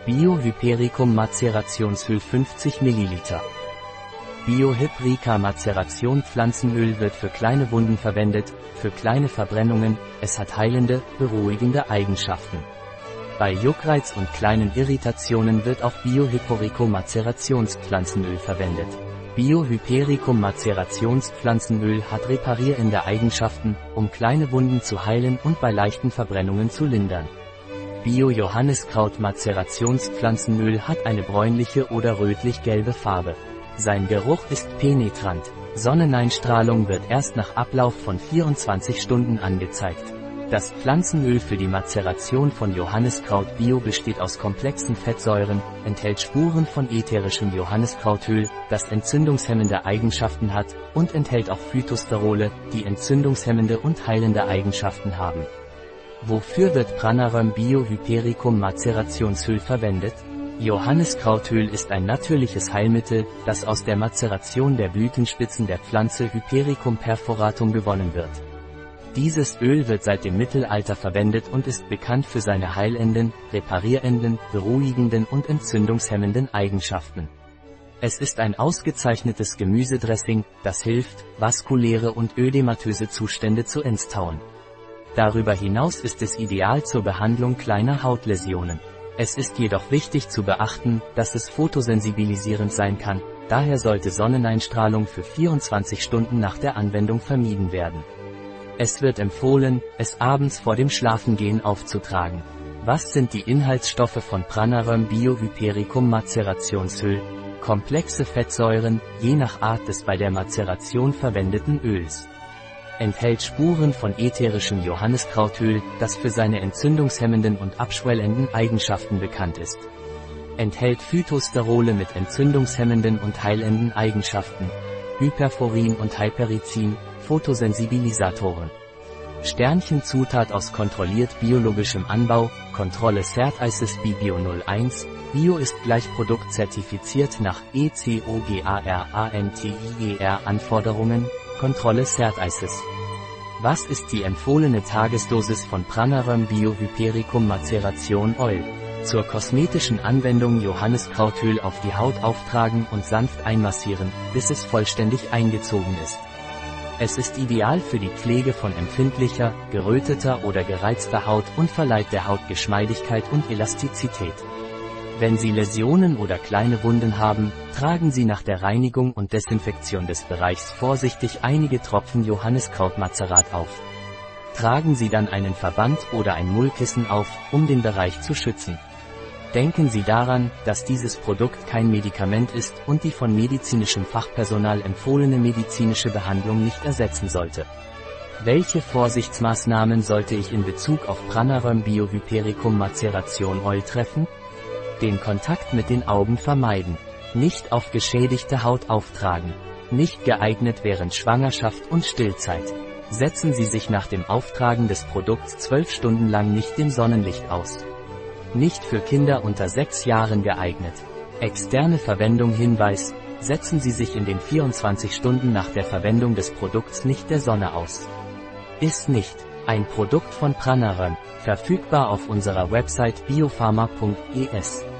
Bio-Hypericum Macerationsöl 50 ml. Bio-Hyprica Maceration Pflanzenöl wird für kleine Wunden verwendet, für kleine Verbrennungen, es hat heilende, beruhigende Eigenschaften. Bei Juckreiz und kleinen Irritationen wird auch Bio-Hypericum Macerationspflanzenöl verwendet. Bio-Hypericum Macerationspflanzenöl hat reparierende Eigenschaften, um kleine Wunden zu heilen und bei leichten Verbrennungen zu lindern. Bio-Johanniskraut Macerationspflanzenöl hat eine bräunliche oder rötlich-gelbe Farbe. Sein Geruch ist penetrant. Sonneneinstrahlung wird erst nach Ablauf von 24 Stunden angezeigt. Das Pflanzenöl für die Maceration von Johanniskraut Bio besteht aus komplexen Fettsäuren, enthält Spuren von ätherischem Johanniskrautöl, das entzündungshemmende Eigenschaften hat, und enthält auch Phytosterole, die entzündungshemmende und heilende Eigenschaften haben. Wofür wird Pranarum Bio-Hypericum Macerationsöl verwendet? Johanniskrautöl ist ein natürliches Heilmittel, das aus der Maceration der Blütenspitzen der Pflanze Hypericum perforatum gewonnen wird. Dieses Öl wird seit dem Mittelalter verwendet und ist bekannt für seine heilenden, reparierenden, beruhigenden und entzündungshemmenden Eigenschaften. Es ist ein ausgezeichnetes Gemüsedressing, das hilft, vaskuläre und ödematöse Zustände zu entzauen. Darüber hinaus ist es ideal zur Behandlung kleiner Hautläsionen. Es ist jedoch wichtig zu beachten, dass es photosensibilisierend sein kann, daher sollte Sonneneinstrahlung für 24 Stunden nach der Anwendung vermieden werden. Es wird empfohlen, es abends vor dem Schlafengehen aufzutragen. Was sind die Inhaltsstoffe von Pranarum Bio-Hypericum Macerationsöl? Komplexe Fettsäuren, je nach Art des bei der Maceration verwendeten Öls. Enthält Spuren von ätherischem Johanniskrautöl, das für seine entzündungshemmenden und abschwellenden Eigenschaften bekannt ist. Enthält Phytosterole mit entzündungshemmenden und heilenden Eigenschaften. Hyperforin und Hyperizin, Photosensibilisatoren. Sternchen-Zutat aus kontrolliert biologisch Anbau, Kontrolle Cert ISIS BIBIO 01, Bio ist gleich Produkt zertifiziert nach ECOGARANTIER Anforderungen, Kontrolle Cert ISIS. Was ist die empfohlene Tagesdosis von Pranarum Bio-Hypericum Maceration Oil? Zur kosmetischen Anwendung Johanniskrautöl auf die Haut auftragen und sanft einmassieren, bis es vollständig eingezogen ist. Es ist ideal für die Pflege von empfindlicher, geröteter oder gereizter Haut und verleiht der Haut Geschmeidigkeit und Elastizität. Wenn Sie Läsionen oder kleine Wunden haben, tragen Sie nach der Reinigung und Desinfektion des Bereichs vorsichtig einige Tropfen Johanniskrautmazerat auf. Tragen Sie dann einen Verband oder ein Mullkissen auf, um den Bereich zu schützen. Denken Sie daran, dass dieses Produkt kein Medikament ist und die von medizinischem Fachpersonal empfohlene medizinische Behandlung nicht ersetzen sollte. Welche Vorsichtsmaßnahmen sollte ich in Bezug auf Pranarum Bio-Hypericum Maceration Oil treffen? Den Kontakt mit den Augen vermeiden. Nicht auf geschädigte Haut auftragen. Nicht geeignet während Schwangerschaft und Stillzeit. Setzen Sie sich nach dem Auftragen des Produkts 12 Stunden lang nicht dem Sonnenlicht aus. Nicht für Kinder unter 6 Jahren geeignet. Externe Verwendung Hinweis: Setzen Sie sich in den 24 Stunden nach der Verwendung des Produkts nicht der Sonne aus. Ist nicht ein Produkt von Pranarum, verfügbar auf unserer Website biopharma.es.